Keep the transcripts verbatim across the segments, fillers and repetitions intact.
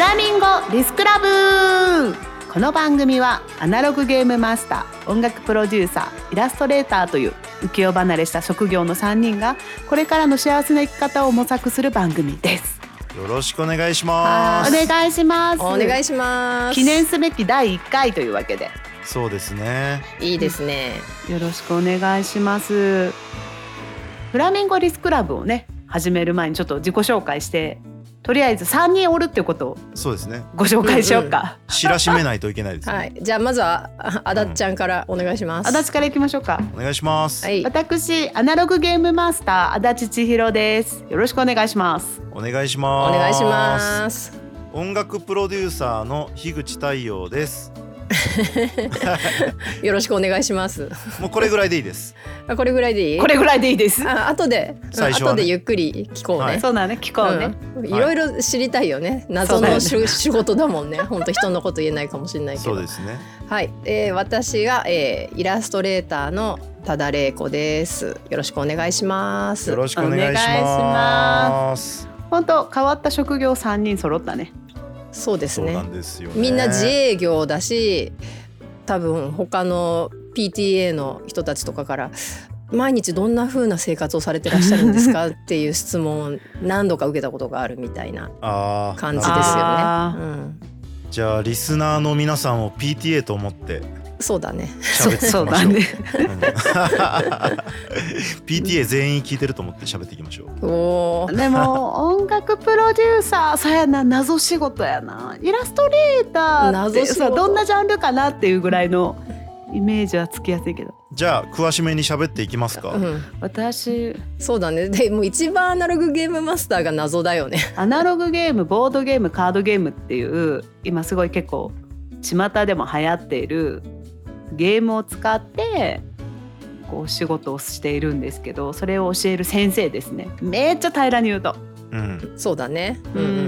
フラミンゴディスクラブ。この番組はアナログゲームマスター、音楽プロデューサー、イラストレーターという浮世離れした職業のさんにんがこれからの幸せな生き方を模索する番組です。 よろしくお願いします。 お願いします。 お願いします。 記念すべきだいいっかいというわけで。 そうですね。 いいですね。 よろしくお願いします。フラミンゴディスクラブをね始める前にちょっと自己紹介して、とりあえずさんにんおるっていうことをそうですね。 ご紹介しようか。 うんうん、 知らしめないといけないですね。 はい。じゃあまずはあだっちゃんからお願いします。 あだちからいきましょうか。 お願いします。 はい。 私アナログゲームマスター足立千尋です。よろしくお願いします。 お願いします。 お願いします。 音楽プロデューサーの樋口太陽です。 よろしくお願いします。 もうこれぐらいでいいです。 これぐらいでいい？ これぐらいでいいです。 あ、後で、 最初はね、 後でゆっくり聞こうね。 はい、 そうだね、聞こうね。 うん、いろいろ知りたいよね。謎の、ね、仕事だもんね。本当人のこと言えないかもしれないけど。 そうですね。 はい、えー、私が、えー、イラストレーターの多田玲子です。よろしくお願いします。 よろしくお願いします。 本当変わった職業さんにん揃ったね。 そうですね。 そうなんですよね。 みんな自営業だし、多分他の ピーティーエー の人たちとかから毎日どんな風な生活をされてらっしゃるんですかっていう質問を何度か受けたことがあるみたいな感じですよね。うん、 じゃあリスナーの皆さんを ピーティーエー と思ってそうだね喋っていきましょう。 そうだね。 ピーティーエー 全員聞いてると思って喋っていきましょう。 おでも音楽プロデューサーさやな、謎仕事やな。イラストレーターってさどんなジャンルかなっていうぐらいのイメージはつきやすいけど。 じゃあ詳しめに喋っていきますか。 うん、 私そうだね。でもう一番アナログゲームマスターが謎だよね。 アナログゲーム、ボードゲーム、カードゲームっていう今すごい結構巷でも流行っているゲームを使ってこう仕事をしているんですけど、それを教える先生ですね。めっちゃ平らに言うと、 うん、 そうだね、 うんうん、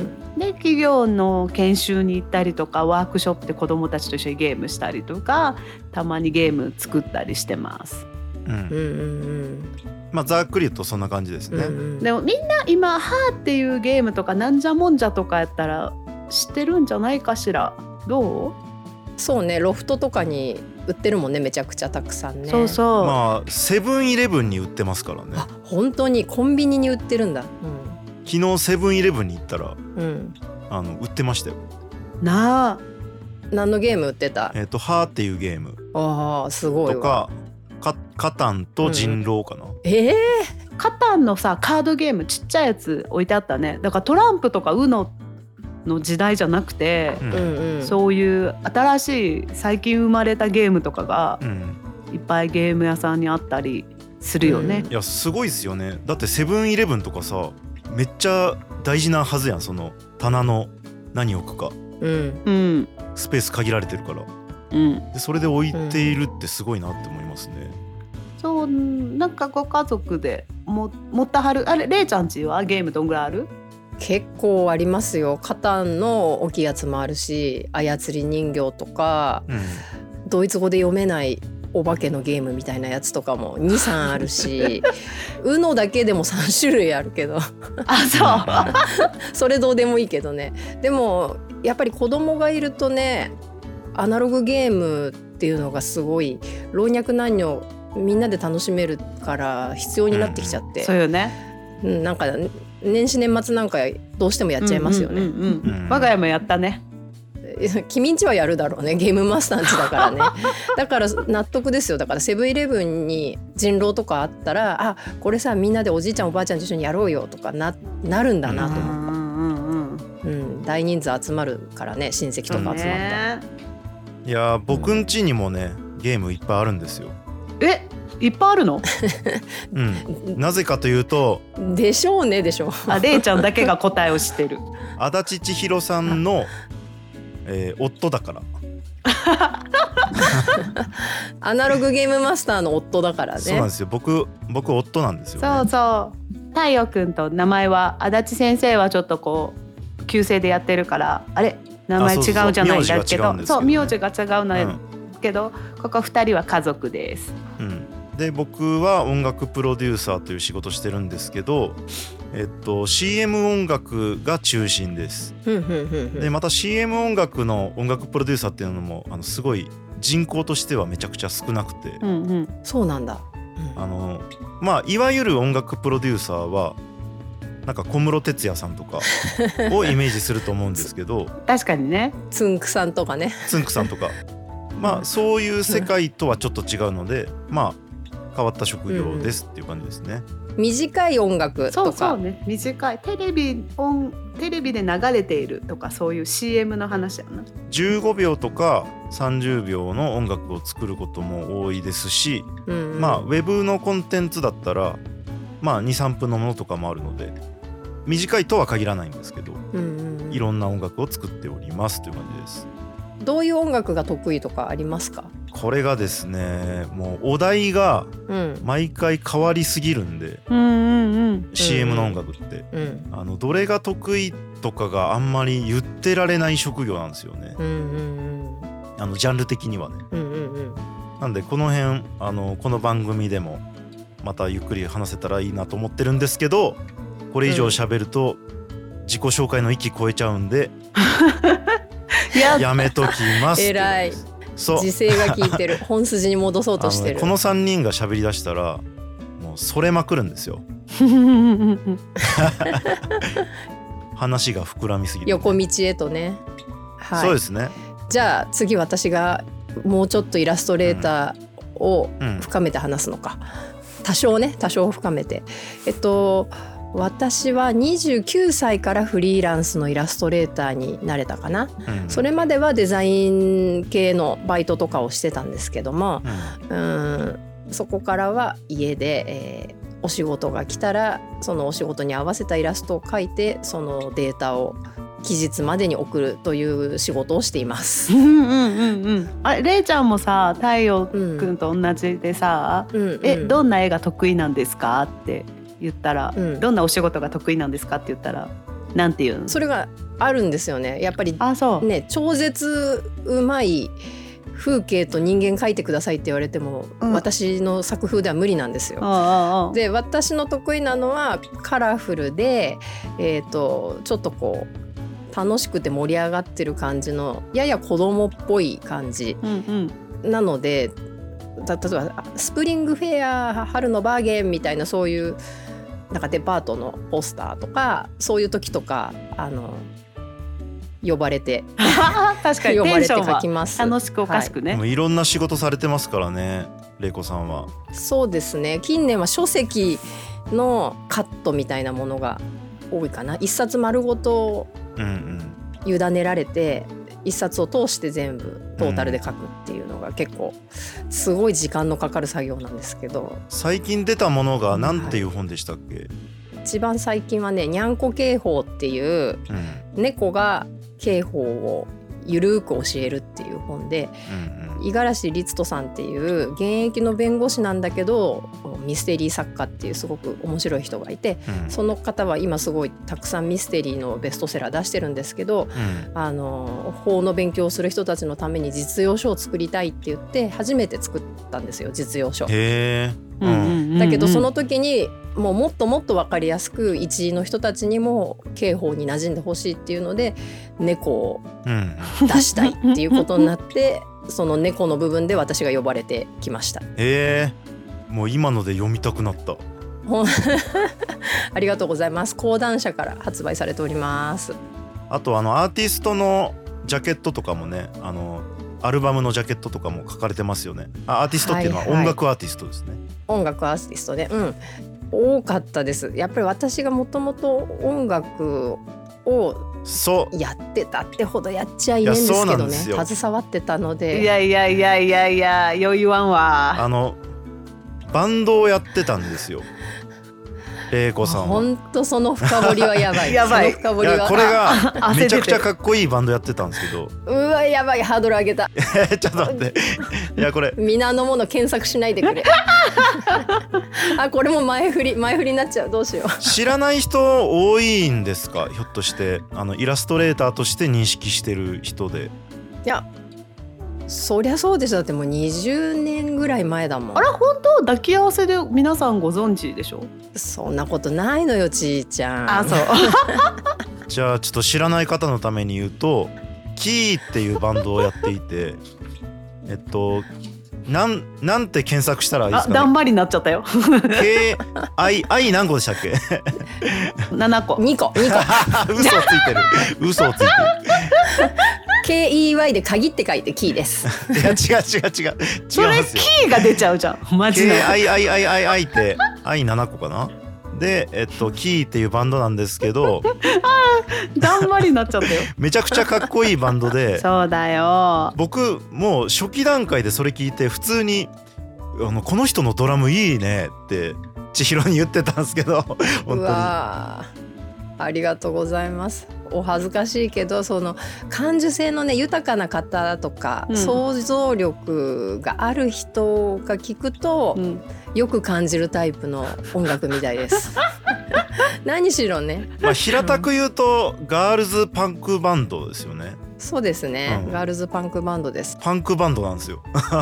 で企業の研修に行ったりとかワークショップで子どもたちと一緒にゲームしたりとか、たまにゲーム作ったりしてます、 うんうんうん、まあざっくり言うとそんな感じですね、うんうん、 でもみんな今ハーっていうゲームとかなんじゃもんじゃとかやったら知ってるんじゃないかしら。どう？ そうね、ロフトとかに売ってるもんね、めちゃくちゃたくさんね。 そうそう、 まあセブンイレブンに売ってますからね。 あ、本当にコンビニに売ってるんだ、うん、 昨日セブンイレブンに行ったら、 うん、 あの売ってましたよ。 なあ、 何のゲーム売ってた？ えっとハーっていうゲーム。 あーすごいわ。 とかカカタンと人狼かな、うん、 えー、 カタンのさカードゲームちっちゃいやつ置いてあったね。だからトランプとかウノの時代じゃなくて、うんうん、そういう新しい最近生まれたゲームとかが、うん、いっぱいゲーム屋さんにあったりするよね、 うん、いやすごいですよね。だってセブンイレブンとかさめっちゃ大事なはずやん。その棚の何置くか、うんうん、スペース限られてるから、うん、でそれで置いているってすごいなって思いますね、 うん、そうなんかご家族でも持ったはる。あれレイちゃんちはゲームどんぐらいある？ 結構ありますよ。カタンの大きいやつもあるし、操り人形とか、うん、ドイツ語で読めないお化けのゲームみたいなやつとかもにさんあるしウノだけでもさん種類あるけどあ、 そうそれどうでもいいけどね。でもやっぱり子供がいるとね、アナログゲームっていうのがすごい老若男女みんなで楽しめるから必要になってきちゃって、 うん、そうよね、 うん、なんか年始年末なんかどうしてもやっちゃいますよね、うんうんうんうん、我が家もやったね。 君んちはやるだろうね、ゲームマスターんちだからねだから納得ですよ。だからセブンイレブンに人狼とかあったら、あ、これさみんなでおじいちゃんおばあちゃんと一緒にやろうよとか な, なるんだなと思った、うんうんうん、大人数集まるからね、親戚とか集まった、ね、 いや僕んちにもねゲームいっぱいあるんですよ。 え、いっぱいあるの？ うん、なぜかというとでしょうねでしょうあ、レイちゃんだけが答えを知ってる足立千尋さんの、えー、夫だからアナログゲームマスターの夫だからね。 そうなんですよ。僕僕夫なんですよ、ね、 そうそう。太陽くんと名前は足立先生はちょっとこう旧姓でやってるから、あれ名前違うじゃないんだけど、そう名字が違うのやけど、うん、ここふたりは家族です、 うん、で僕は音楽プロデューサーという仕事してるんですけど、 えっと シーエム 音楽が中心です。でまた シーエム 音楽の音楽プロデューサーっていうのもあのすごい人口としてはめちゃくちゃ少なくて、 うんうん、そうなんだ、 うん、あのまあいわゆる音楽プロデューサーはなんか小室哲哉さんとかをイメージすると思うんですけど確かにね、 つんくさんとかねつんくさんとかまあそういう世界とはちょっと違うのでまあ変わった職業ですっていう感じですね、 うん、短い音楽とか、 そうそうね、短いテレビ音テレビで流れているとかそういう シーエム の話やな。 じゅうごびょうとかさんじゅうびょうの音楽を作ることも多いですし、うんうん、まあウェブのコンテンツだったらまあ にさんぷんのものとかもあるので短いとは限らないんですけど、うんうん、いろんな音楽を作っておりますという感じです。 どういう音楽が得意とかありますか？ これがですね、もうお題が毎回変わりすぎるんで、うん、シーエム の音楽って、うん、あのどれが得意とかがあんまり言ってられない職業なんですよね、うんうんうん、あのジャンル的にはね、うんうんうん、なんでこの辺あのこの番組でもまたゆっくり話せたらいいなと思ってるんですけど、これ以上喋ると自己紹介の域超えちゃうんでやめときますえらい、そう時勢が効いてる本筋に戻そうとしてる、 ね、このさんにんが喋り出したらもうそれまくるんですよ話が膨らみすぎて、ね、 横道へとね、 はい、そうですね。 じゃあ次私がもうちょっとイラストレーターを深めて話すのか、うん、多少ね多少深めてえっと私はにじゅうきゅうさいからフリーランスのイラストレーターになれたかな、うん、それまではデザイン系のバイトとかをしてたんですけども、うん、うんそこからは家で、えー、お仕事が来たらそのお仕事に合わせたイラストを描いてそのデータを期日までに送るという仕事をしていますうんうんうん、 うん、あれれいちゃんもさ太陽くんと同じでさ、うんうんうん、えどんな絵が得意なんですかって言ったら、うん、どんなお仕事が得意なんですかって言ったらなんて言うの？ それがあるんですよねやっぱり。あそうね、超絶うまい風景と人間描いてくださいって言われても、うん、私の作風では無理なんですよ。ああで私の得意なのはカラフルで、えーと、ちょっとこう楽しくて盛り上がってる感じのやや子供っぽい感じ、うんうん、なので例えばスプリングフェア春のバーゲンみたいなそういうなんかデパートのポスターとかそういう時とかあの呼ばれて確かに呼ばれて書きます。 楽しくおかしくね、 はい、いろんな仕事されてますからねれいこさんは。 そうですね近年は書籍のカットみたいなものが多いかな。一冊丸ごと委ねられて、うんうん一冊を通して全部トータルで書くっていうのが結構すごい時間のかかる作業なんですけど、 最近出たものが何ていう本でしたっけ？はい、 一番最近はねにゃんこ警報っていう、うん、猫が警報をゆるく教えるっていう本で、うんうん、五十嵐律人さんっていう現役の弁護士なんだけどミステリー作家っていうすごく面白い人がいて、うん、その方は今すごいたくさんミステリーのベストセラー出してるんですけど、うん、あの法の勉強をする人たちのために実用書を作りたいって言って初めて作ったんですよ実用書。 へー、うん、 だけどその時にもうもっともっと分かりやすく一位の人たちにも刑法に馴染んでほしいっていうので猫を出したいっていうことになってその猫の部分で私が呼ばれてきました。 へー、もう今ので読みたくなったありがとうございます。講談社から発売されております。 あとあのアーティストのジャケットとかもねあのアルバムのジャケットとかも書かれてますよね。アーティストっていうのは音楽アーティストですね、はいはい、 音楽アーティストで、うん多かったです。やっぱり私がもともと音楽をやってたってほどやっちゃいないんですけどね携わってたので。 いやいやいやいやいや余裕わんわ。 あのバンドをやってたんですよれいこさんは。 ほんとその深掘りはやばいやばい。 その深掘りはいやこれがめちゃくちゃかっこいいバンドやってたんですけどうわやばいハードル上げたちょっと待っていやこれ皆のもの検索しないでくれあこれも前振り前振りになっちゃうどうしよう。 知らない人多いんですかひょっとしてあのイラストレーターとして認識してる人で。 いやそりゃそうでしょ。だってもうにじゅうねんぐらい前だもん。 あれ本当抱き合わせで皆さんご存知でしょ？ そんなことないのよちーちゃん。 あそうじゃあちょっと知らない方のために言うとキーっていうバンドをやっていてえっとなんなんて検索したらいいですかね。 あだんまりになっちゃったよ。 K I I 何個でしたっけ？ ななこ。 にこにこ嘘をついてる嘘をついてる。 ケーイーワイ で鍵って書いてキーです。 いや違う違う違う違いますよ。 それキーが出ちゃうじゃんマジで。 ケーアイアイアイアイアイ ってアイななこかなで、えっと、キーっていうバンドなんですけどだんまりになっちゃったよ。 めちゃくちゃかっこいいバンドでそうだよ。 僕もう初期段階でそれ聞いて普通にあのこの人のドラムいいねって千尋に言ってたんですけど本当にうわありがとうございます。お恥ずかしいけどその感受性のね豊かな方とか、うん、想像力がある人が聞くと、うん、よく感じるタイプの音楽みたいです何しろね、 まあ、平たく言うと、うん、ガールズパンクバンドですよね。 そうですね、 うん、 ガールズパンクバンドです。 パンクバンドなんですよ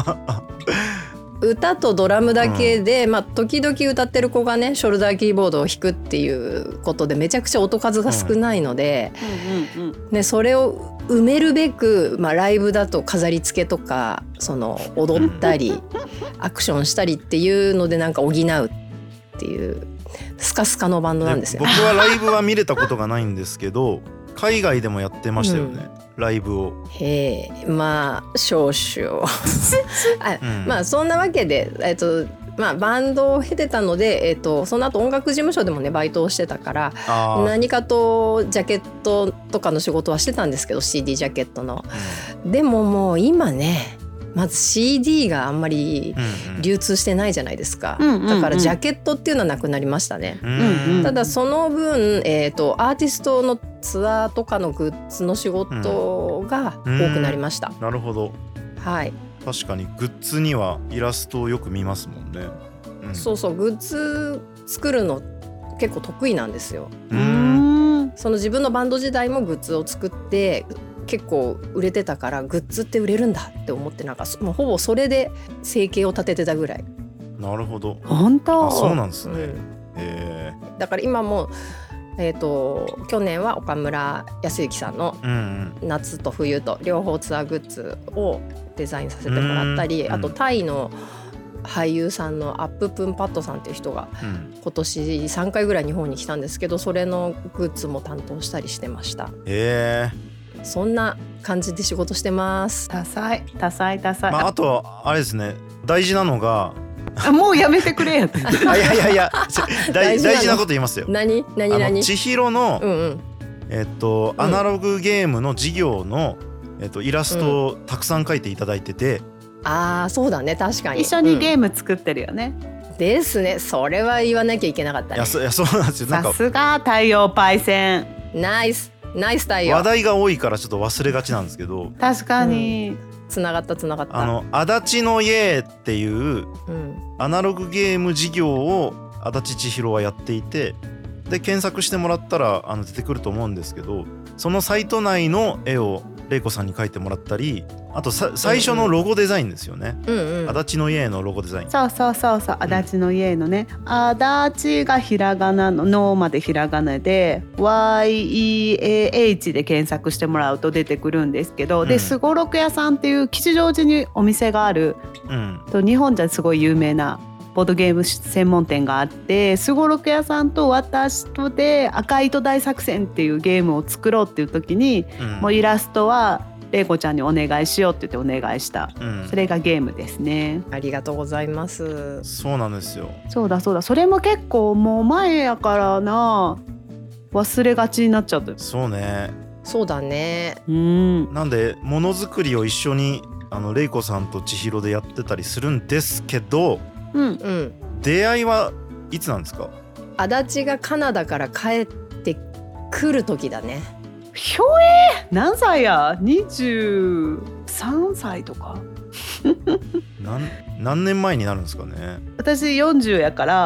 歌とドラムだけで、うんまあ、時々歌ってる子がねショルダーキーボードを弾くっていうことでめちゃくちゃ音数が少ないので、うんうんうんうん、でそれを埋めるべく、まあ、ライブだと飾り付けとかその踊ったり、うん、アクションしたりっていうのでなんか補うっていうスカスカのバンドなんですよ。 僕はライブは見れたことがないんですけど海外でもやってましたよね、うん、ライブを。 へえまあ少々あ、うん、まあそんなわけで、えっとまあ、バンドを経てたので、えっと、その後音楽事務所でもねバイトをしてたから何かとジャケットとかの仕事はしてたんですけど シーディー ジャケットの、うん、でももう今ねまず シーディー があんまり流通してないじゃないですか、うんうん、だからジャケットっていうのはなくなりましたね、うんうん、ただその分、えーと、アーティストのツアーとかのグッズの仕事が多くなりました、 うん、なるほど、 はい、 確かにグッズにはイラストをよく見ますもんね、 うん、そうそうグッズ作るの結構得意なんですよ。 うんその自分のバンド時代もグッズを作って結構売れてたからグッズって売れるんだって思ってなんかもうほぼそれで生計を立ててたぐらい。 なるほど。 本当。 あ、そうなんですね、うんえー、だから今も、えーと、去年は岡村康之さんの夏と冬と両方ツアーグッズをデザインさせてもらったり、あとタイの俳優さんのアッププンパットさんっていう人が今年さんかいぐらい日本に来たんですけどそれのグッズも担当したりしてました。 へー、 そんな感じで仕事してます。 多彩多彩多彩、 まあ、あとあれですね大事なのがあもうやめてくれやっていやいやいや大, 大事なこと言いますよ。 何何何千尋の、 うんうんえっと、アナログゲームの事業の、えっと、イラストをたくさん描いていただいてて、 うん、ああそうだね確かに一緒にゲーム作ってるよね、 うん、ですね。それは言わなきゃいけなかったね。 いや そ, いやそうなんですよ。なんかさすが太陽パイセンナイスナイス太陽。 話題が多いからちょっと忘れがちなんですけど確かに、うん、 つながったつながった。 あの足立の家っていう、うん、アナログゲーム事業を足立千尋はやっていてで検索してもらったらあの出てくると思うんですけどそのサイト内の絵を玲子さんに描いてもらったりあとさ最初のロゴデザインですよね、うんうん、足立の家のロゴデザイン。 そうそうそうそう足立の家のね、うん、足立がひらがなののまでひらがなで ワイイーエーエイチ で検索してもらうと出てくるんですけど、うん、ですごろく屋さんっていう吉祥寺にお店がある、うん、と日本じゃすごい有名なボードゲーム専門店があってすごろく屋さんと私とで赤糸大作戦っていうゲームを作ろうっていう時に、うん、もうイラストは玲子ちゃんにお願いしようって言ってお願いした、うん、それがゲームですね。 ありがとうございます。 そうなんですよ。 そうだそうだそれも結構もう前やからな忘れがちになっちゃった。 そうねそうだね、 うん、 なんでものづくりを一緒にあの玲子さんと千尋でやってたりするんですけどうんうん、 出会いはいつなんですか？ 足立がカナダから帰ってくる時だね。 ひょえー、何歳やにじゅうさんさいとか何, 何年前になるんですかね。 私よんじゅうやから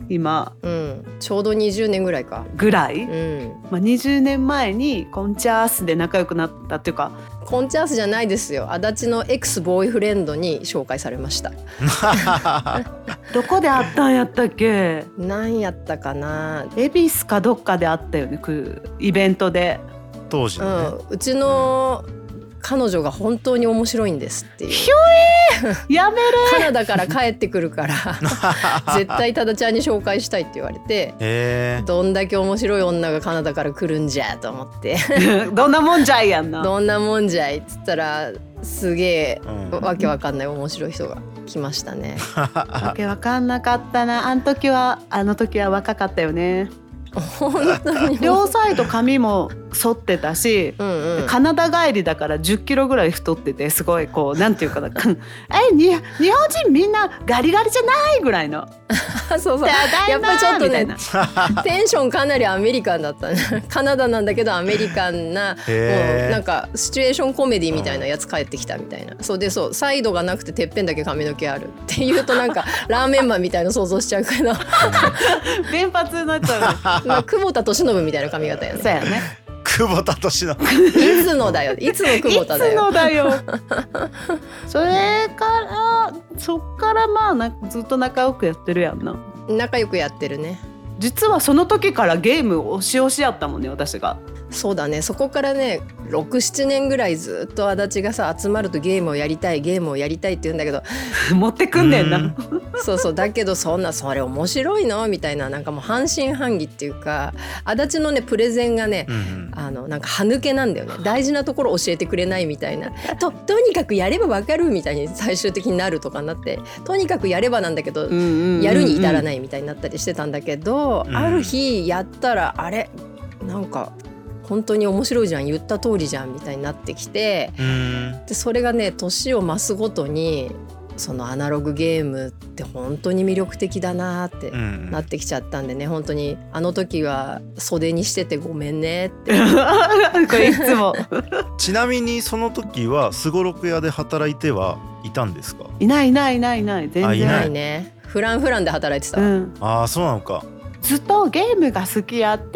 今、 うん、ちょうどにじゅうねんぐらいかぐらい、 うんまあ、にじゅうねんまえにコンチャースで仲良くなったっていうか、 コンチャースじゃないですよ、足立のエクスボーイフレンドに紹介されましたどこで会ったんやったっけ。 何やったかな、 恵比寿かどっかで会ったよね、イベントで。 当時のね、 うん、うちの彼女が本当に面白いんですっていう。 ひょえー、やめる。 カナダから帰ってくるから絶対タダちゃんに紹介したいって言われて、 へー、 どんだけ面白い女がカナダから来るんじゃと思ってどんなもんじゃいやんな。 どんなもんじゃいっつったらすげえ、うん、わけわかんない面白い人が来ましたねわけわかんなかったな。あの時はあの時は若かったよね。 本当に両サイド髪も剃ってたし、うんうん、カナダ帰りだからじゅっキロぐらい太ってて、すごいこうなんていうかなえに日本人みんなガリガリじゃないぐらいのそうそう、やっぱりちょっとねテンションかなりアメリカンだったねカナダなんだけどアメリカンな、もうなんかシチュエーションコメディみたいなやつ帰ってきたみたいな、うん、そうで、そうサイドがなくててっぺんだけ髪の毛あるっていうとなんかラーメンマンみたいな想像しちゃうけど連発になっちゃうねまあ、久保田利伸みたいな髪型やね。 そうやね。 久保田利伸いつのだよ、いつの久保田だよ。 いつのだよそれからそっからまあなずっと仲良くやってるやんな。 仲良くやってるね。 実はその時からゲーム推し推しやったもんね、私が。 そうだね、そこからねろく、ななねんぐらいずっと足立がさ集まるとゲームをやりたいゲームをやりたいって言うんだけど持ってくんねんな。 そうそう、だけどそんなそれ面白いのみたいな、なんかもう半信半疑っていうか、足立のねプレゼンがね、うん、あのなんか歯抜けなんだよね。大事なところ教えてくれないみたいなととにかくやればわかるみたいに最終的になるとかになって、とにかくやればなんだけど、うんうんうんうん、やるに至らないみたいになったりしてたんだけど、うん、ある日やったらあれなんか本当に面白いじゃん、言った通りじゃんみたいになってきて、でそれがね年を増すごとにそのアナログゲームって本当に魅力的だなってなってきちゃったんでね、本当にあの時は袖にしててごめんねってこれいつもちなみにその時はすごろく屋で働いてはいたんですか？ いないいないいないいない全然いないね。フランフランで働いてた、うん、 ああそうなのか。 ずっとゲームが好きやって、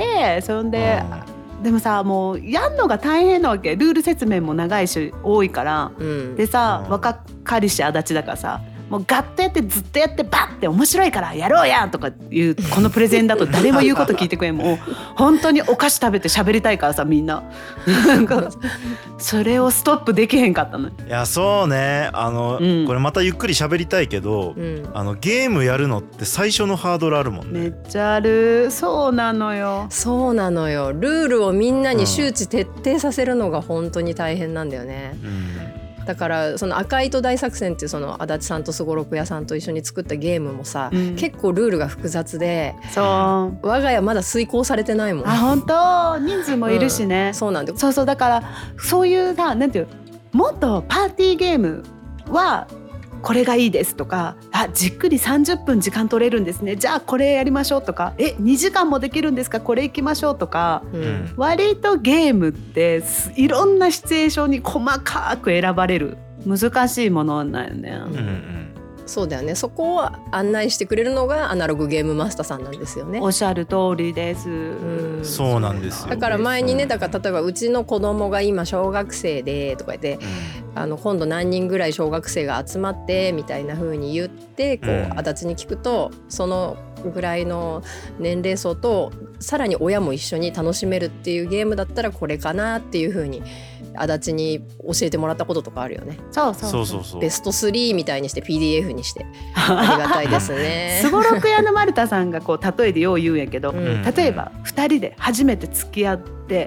そんででもさもうやんのが大変なわけ。ルール説明も長いし多いから、うん、でさ若かりし足立だからさ、もうガッとやってずっとやってバッて面白いからやろうやんとかいうこのプレゼンだと誰も言うこと聞いてくれん。もう本当にお菓子食べて喋りたいからさみんななんかそれをストップできへんかったの。いやそうね、あの、うん、これまたゆっくり喋りたいけど、うん、あのゲームやるのって最初のハードルあるもんね。 めっちゃある。そうなのよそうなのよ。ルールをみんなに周知徹底させるのが本当に大変なんだよね、うん、だからその赤糸大作戦っていうその足立さんとすごろく屋さんと一緒に作ったゲームもさ、うん、結構ルールが複雑で、そう我が家まだ遂行されてないもん。 あ本当人数もいるしね、うん、 そうなんでそうそう、だからそういうさなんていうもっとパーティーゲームはこれがいいですとか、あじっくりさんじゅっぷん時間取れるんですね、じゃあこれやりましょうとか、えにじかんもできるんですか、これ行きましょうとか、うん、割とゲームっていろんなシチュエーションに細かく選ばれる難しいものなんよね、うんうん、 そうだよね。そこを案内してくれるのがアナログゲームマスターさんなんですよね。 おっしゃる通りです、うん、 そうなんですよ。 だから前にね、だから例えばうちの子供が今小学生でとか言って、うん、あの今度何人ぐらい小学生が集まってみたいな風に言ってこう、うん、足立に聞くとそのぐらいの年齢層とさらに親も一緒に楽しめるっていうゲームだったらこれかなっていう風に足立に教えてもらったこととかあるよね。 そうそうそうそうそう。 ベストスリーみたいにして ピーディーエフ にしてありがたいですね。 すごろく屋の丸田さんがこう例えでよう言うんやけど、うん、例えばふたりで初めて付き合って、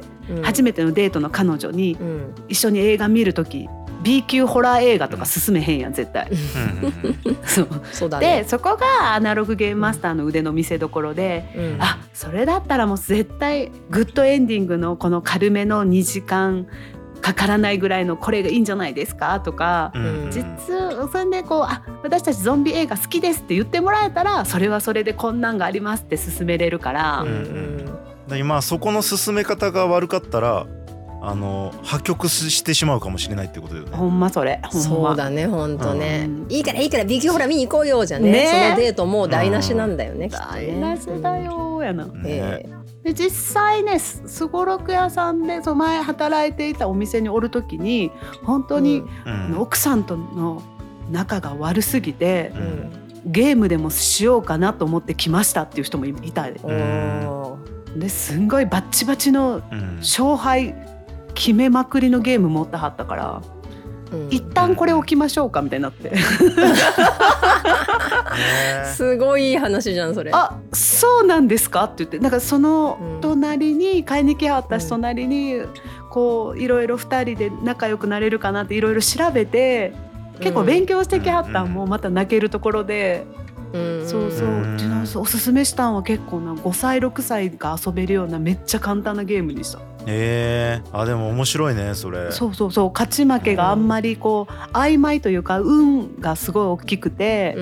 うん、初めてのデートの彼女に一緒に映画見るとき B 級ホラー映画とか進めへんやん絶対。そうそうだね。でそこがアナログゲームマスターの腕の見せ所で、うん、あそれだったらもう絶対グッドエンディングのこの軽めのにじかんかからないぐらいのこれがいいんじゃないですかとか、うん、実それでこうあ私たちゾンビ映画好きですって言ってもらえたらそれはそれでこんなんがありますって勧めれるから、うんうん、今そこの進め方が悪かったらあの破局してしまうかもしれないってことだよね。 ほんまそれほんまそうだねほんとね、うん、いいからいいからビッグホラ見に行こうよじゃね、ね、そのデートもう台無しなんだよね、うん、きっとね台無しだよやな、 ねえー、で実際ねすごろく屋さんでその前働いていたお店におるときに本当に、うん、奥さんとの仲が悪すぎて、うん、ゲームでもしようかなと思って来ましたっていう人もいたで、うん、ですんごいバッチバチの勝敗決めまくりのゲーム持ってはったから、うん、一旦これ置きましょうかみたいになってすごいいい話じゃんそれ。 あ、そうなんですかって言って、なんかその隣に買いに来はった人なりにこういろいろふたりで仲良くなれるかなっていろいろ調べて結構勉強してきはったんもまた泣けるところで、うん、そうそう、うちのおすすめしたんは結構なごさいろくさいが遊べるようなめっちゃ簡単なゲームにした。 えー、あでも面白いねそれ。 そうそうそう、勝ち負けがあんまりこう曖昧というか運がすごい大きくて、うん、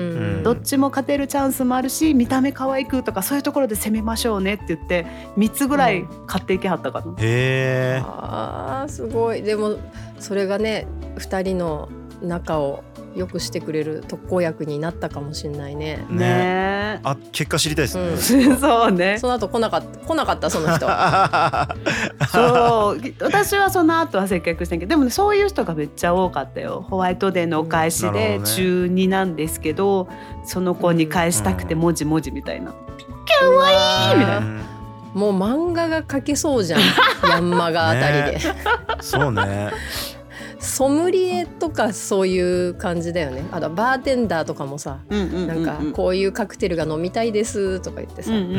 どっちも勝てるチャンスもあるし見た目可愛くとかそういうところで攻めましょうねって言ってみっつぐらい買っていけはったかな、うん、 へー、 あーすごい。でもそれがねふたりの仲をよくしてくれる特効薬になったかもしれないね。 ね、あ結果知りたいですね、うん、そうね。 その後来なかった来なかったその人そう私はその後は接客してんけど、でも、ね、そういう人がめっちゃ多かったよ。ホワイトデーのお返しで中になんですけど、うん、その子に返したくて文字文字みたいな、うん、かわいいみたいな、 もう漫画が描けそうじゃんヤンマガあたりで、ね、 そうねソムリエとかそういう感じだよね。あとバーテンダーとかもさ、うんうんうんうん、なんかこういうカクテルが飲みたいですとか言ってさ、うんうんうんうん、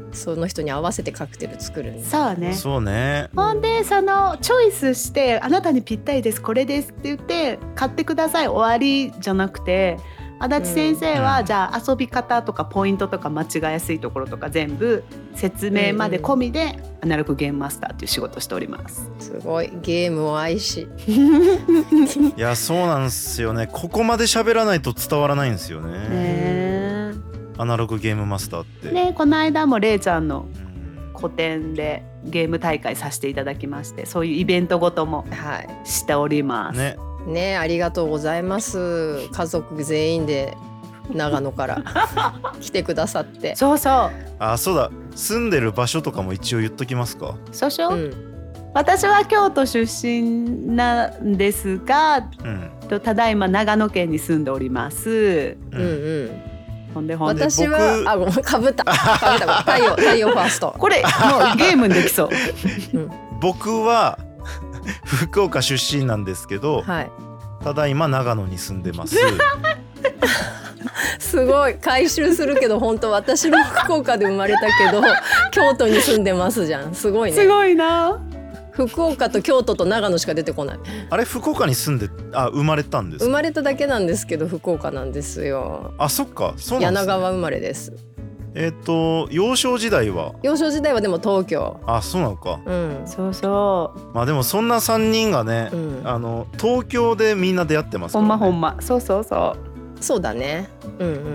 その人に合わせてカクテル作るんだ。 そうね。 そうね。 ほんでそのチョイスしてあなたにぴったりですこれですって言って買ってください終わりじゃなくて、足立先生は、うん、じゃあ遊び方とかポイントとか間違いやすいところとか全部説明まで込みで、うんうん、アナログゲームマスターっていう仕事をしております。 すごいゲームを愛しいやそうなんですよね。ここまで喋らないと伝わらないんですよね。ねアナログゲームマスターってね。この間もれいちゃんの個展でゲーム大会させていただきまして、そういうイベントごともしております、 はい、ねね、ありがとうございます。家族全員で長野から来てくださってそうそう、 あそうだ、住んでる場所とかも一応言っときますか。 そうしよう、うん、私は京都出身なんですが、うん、ただいま長野県に住んでおります、うんうん、ほんでほんで私はあごめんかぶったかぶった太陽太陽ファーストこれもうゲームにできそう、 うん、僕は福岡出身なんですけど、はい、ただいま長野に住んでますすごい回収するけど本当私も福岡で生まれたけど京都に住んでますじゃん。すごいね。 すごいな。 福岡と京都と長野しか出てこない。 あれ福岡に住んであ生まれたんですか。 生まれただけなんですけど福岡なんですよ。 あそっかそうなんですね。 柳川生まれです。 えっと幼少時代は幼少時代はでも東京。 あそうなのか、 うん、そうそう。 まあでもそんなさんにんがね、うん、あの東京でみんな出会ってますからね。 ほんまほんまそうそうそうそうだね。うんうん、うん、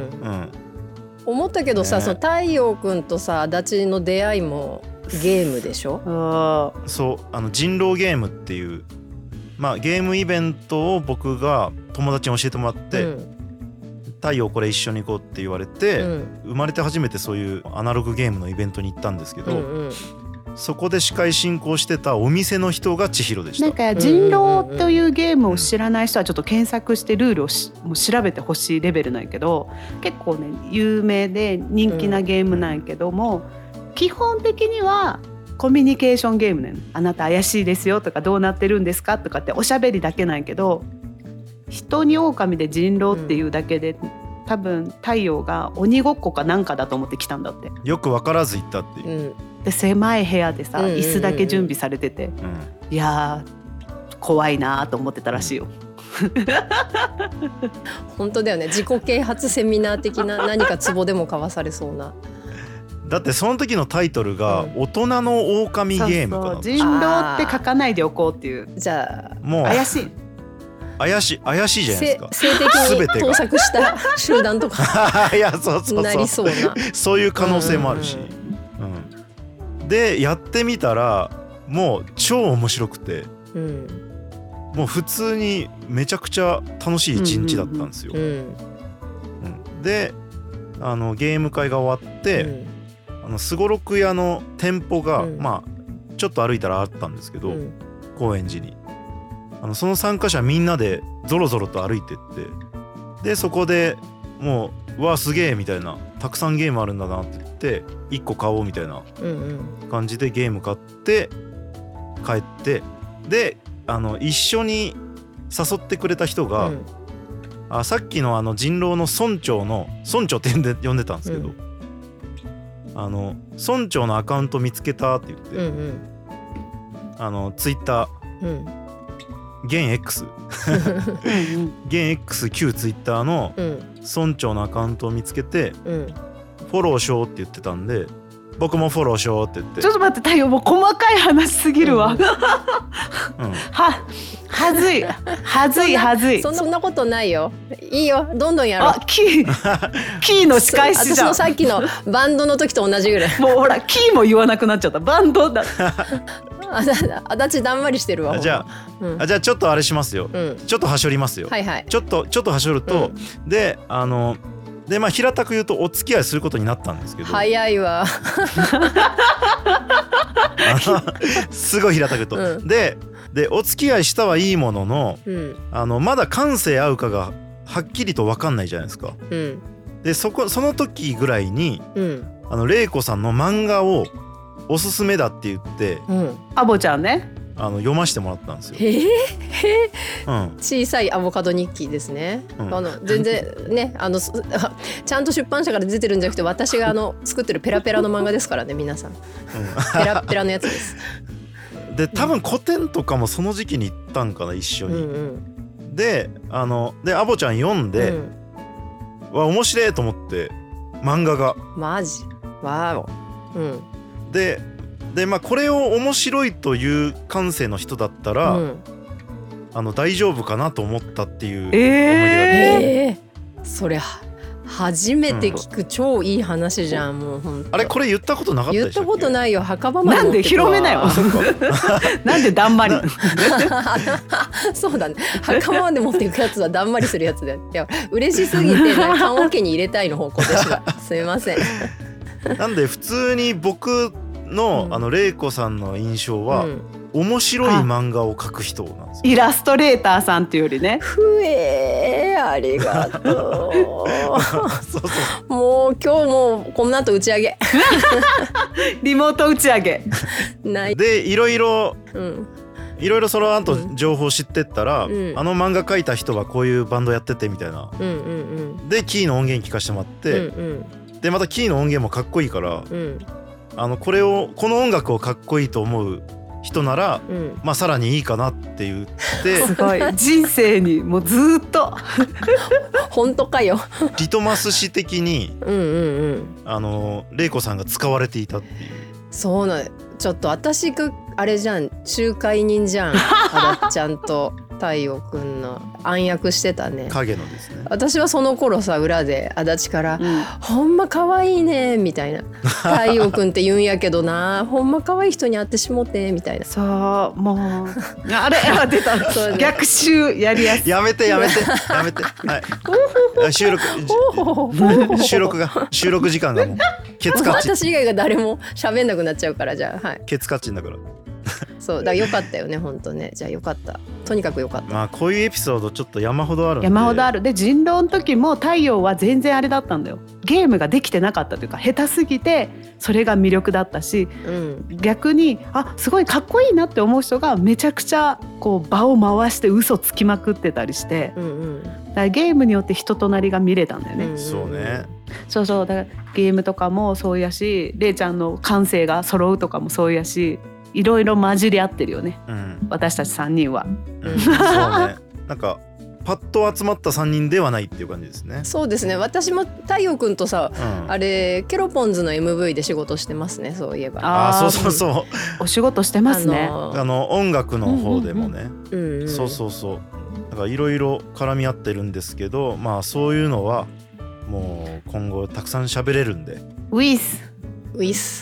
思ったけどさ、ね、その太陽くんとさ足立の出会いもゲームでしょ。 そうあの人狼ゲームっていうまあゲームイベントを僕が友達に教えてもらって、うん太陽これ一緒に行こうって言われて、うん、生まれて初めてそういうアナログゲームのイベントに行ったんですけど、うんうん、そこで司会進行してたお店の人が千尋でした。 なんか人狼というゲームを知らない人はちょっと検索してルールをしもう調べてほしいレベルなんやけど、結構ね有名で人気なゲームなんやけども、うん、基本的にはコミュニケーションゲームねん。あなた怪しいですよとかどうなってるんですかとかっておしゃべりだけなんやけど、人に狼で人狼っていうだけで、うん、多分太陽が鬼ごっこかなんかだと思って来たんだって。 よく分からず行ったっていう、うん、 で狭い部屋でさ、うんうんうん、椅子だけ準備されてて、うん、いや怖いなと思ってたらしいよ、うん、 本当だよね。自己啓発セミナー的な何かツボでも交わされそうな。 だってその時のタイトルが大人の狼ゲームかな、 そうそう人狼って書かないでおこうっていう。 じゃあもう怪しい怪しい怪しいじゃないですか。 性的に盗作した集団とかいやそうそうそうなりそうなそういう可能性もあるし、うんうんうん、でやってみたらもう超面白くて、うん、もう普通にめちゃくちゃ楽しい一日だったんですよ、うんうんうん、であのゲーム会が終わって、うん、あのすごろく屋の店舗が、うん、まあちょっと歩いたらあったんですけど、うん、高円寺にあのその参加者みんなでゾロゾロと歩いてってでそこでもううわすげえみたいなたくさんゲームあるんだなって言っていっこ買おうみたいな感じでゲーム買って帰ってであの一緒に誘ってくれた人が、うん、あさっきのあの人狼の村長の村長って呼んで、呼んでたんですけど、うん、あの村長のアカウント見つけたって言って、うんうん、あのツイッター、うん現 X 現 X 旧ツイッターの村長のアカウントを見つけて、うん、フォローしようって言ってたんで僕もフォローしようって言ってちょっと待って太陽もう細かい話すぎるわ、うんうん、ははずいはずいはずいそんなことないよいいよどんどんやろうあキーキーの仕返しじゃん私のさっきのバンドの時と同じぐらいもうほらキーも言わなくなっちゃったバンドだあだあだちだんまりしてるわじゃあ、うん、あじゃあちょっとあれしますよ、うん、ちょっとはしょりますよ、はいはい、ちょっとちょっとはしょると、うん、であのでまあ平たく言うとお付き合いすることになったんですけど早いわすごい平たく言うと、うん、ででお付き合いしたはいいものの、うん、あのまだ感性合うかがはっきりと分かんないじゃないですか、うん、でそこその時ぐらいに、うん、あの玲子さんの漫画をおすすめだって言って、 うん、アボちゃんねあの読ませてもらったんですよ。 へーへー、うん、小さいアボカド日記ですね。うん、あの全然ねあのちゃんと出版社から出てるんじゃなくて私があの作ってるペラペラの漫画ですからね皆さん。うん、ペラペラのやつです。 で多分古典とかもその時期に行ったんかな一緒に。うんうん、であのでアボちゃん読んで、うん、わ面白いと思って漫画が。 マジわお。うん。 ででまあこれを面白いという感性の人だったら、うん、あの大丈夫かなと思ったっていう思い出があります。 えー、それ初めて聞く超いい話じゃん、うん、もう本当。 あれこれ言ったことなかったでしょ。 言ったことないよ墓場まで持ってくわ。なんで広めなよなんでだんまりそうだね墓場まで持っていくやつはだんまりするやつだよ。いや嬉しすぎて棺桶に入れたいの方向でしたすみませんなんで普通に僕の、うん、あの玲子さんの印象は、うん、面白い漫画を描く人なんですよ。 イラストレーターさんっていうよりね。 ふえーありがとうそうそうもう今日もうこの後打ち上げリモート打ち上げないでいろいろ、うんいろいろその後情報知ってったら、うん、あの漫画描いた人がこういうバンドやっててみたいな、うんうんうん、でキーの音源聞かせてもらって、うんうん、でまたキーの音源もかっこいいから、うん、あのこれをこの音楽をかっこいいと思う人なら、うん、まあさらにいいかなって言ってすごい人生にもうずっと本当かよリトマス紙的に、うんうんうん、あの玲子さんが使われていたっていう。 そうなちょっと私があれじゃん仲介人じゃんあだっちゃんと太陽くんの暗躍してたね。 影のですね。 私はその頃さ裏で足立から、うん、ほんま可愛いねみたいな太陽くんって言うんやけどなほんま可愛い人に会ってしもてみたいな。 そうもうあれ出たね、逆襲やりやすい。 やめてやめてやめて、はい、収録収録が収録時間がもうケツカッチン。 私以外が誰も喋んなくなっちゃうからじゃあ、はい、 ケツカッチンだからそうだからよかったよね本当ね。じゃあよかったとにかくよかった。 まあこういうエピソードちょっと山ほどあるんで。 山ほどある。で人狼の時も太陽は全然あれだったんだよ。ゲームができてなかったというか下手すぎてそれが魅力だったし、うん、逆にあすごいかっこいいなって思う人がめちゃくちゃこう場を回して嘘つきまくってたりして、うんうん、だからゲームによって人となりが見れたんだよね、うんうん、 そうね。 そうそうだからゲームとかもそうやしれいちゃんの感性が揃うとかもそうやしいろいろ混じり合ってるよね、うん、私たちさんにんは、 うん、そうねなんかパッと集まったさんにんではないっていう感じですね。 そうですね。私も太陽くんとさ、うん、あれケロポンズの エムブイ で仕事してますね。そういえばああそうそうそうお仕事してますね。 あのー、あの音楽の方でもね、うんうんうん、そうそうそうだからいろいろ絡み合ってるんですけどまあそういうのはもう今後たくさん喋れるんでウィスウィス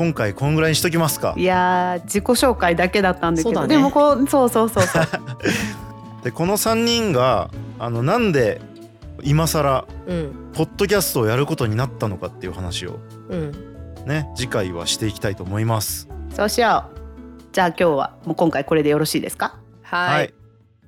今回こんぐらいにしときますか。 いやー自己紹介だけだったんだけど、 そうだね、 でもこうそうそうそうそうでこのさんにんがあのなんで今更、うん、ポッドキャストをやることになったのかっていう話を、うん、ね次回はしていきたいと思います。 そうしよう。じゃあ今日はもう今回これでよろしいですか。 はい、はい、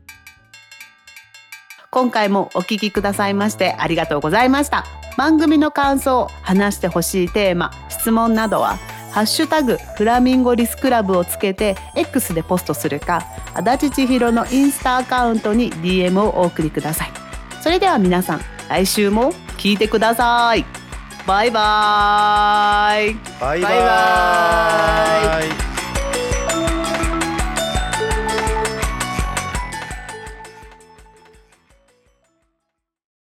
今回もお聞きくださいましてありがとうございました。番組の感想、話してほしいテーマ、質問などはハッシュタグフラミンゴリスクラブをつけて X でポストするか、足立千尋のインスタアカウントに ディーエム をお送りください。それでは皆さん来週も聞いてください。バイバイ。 バイバイ。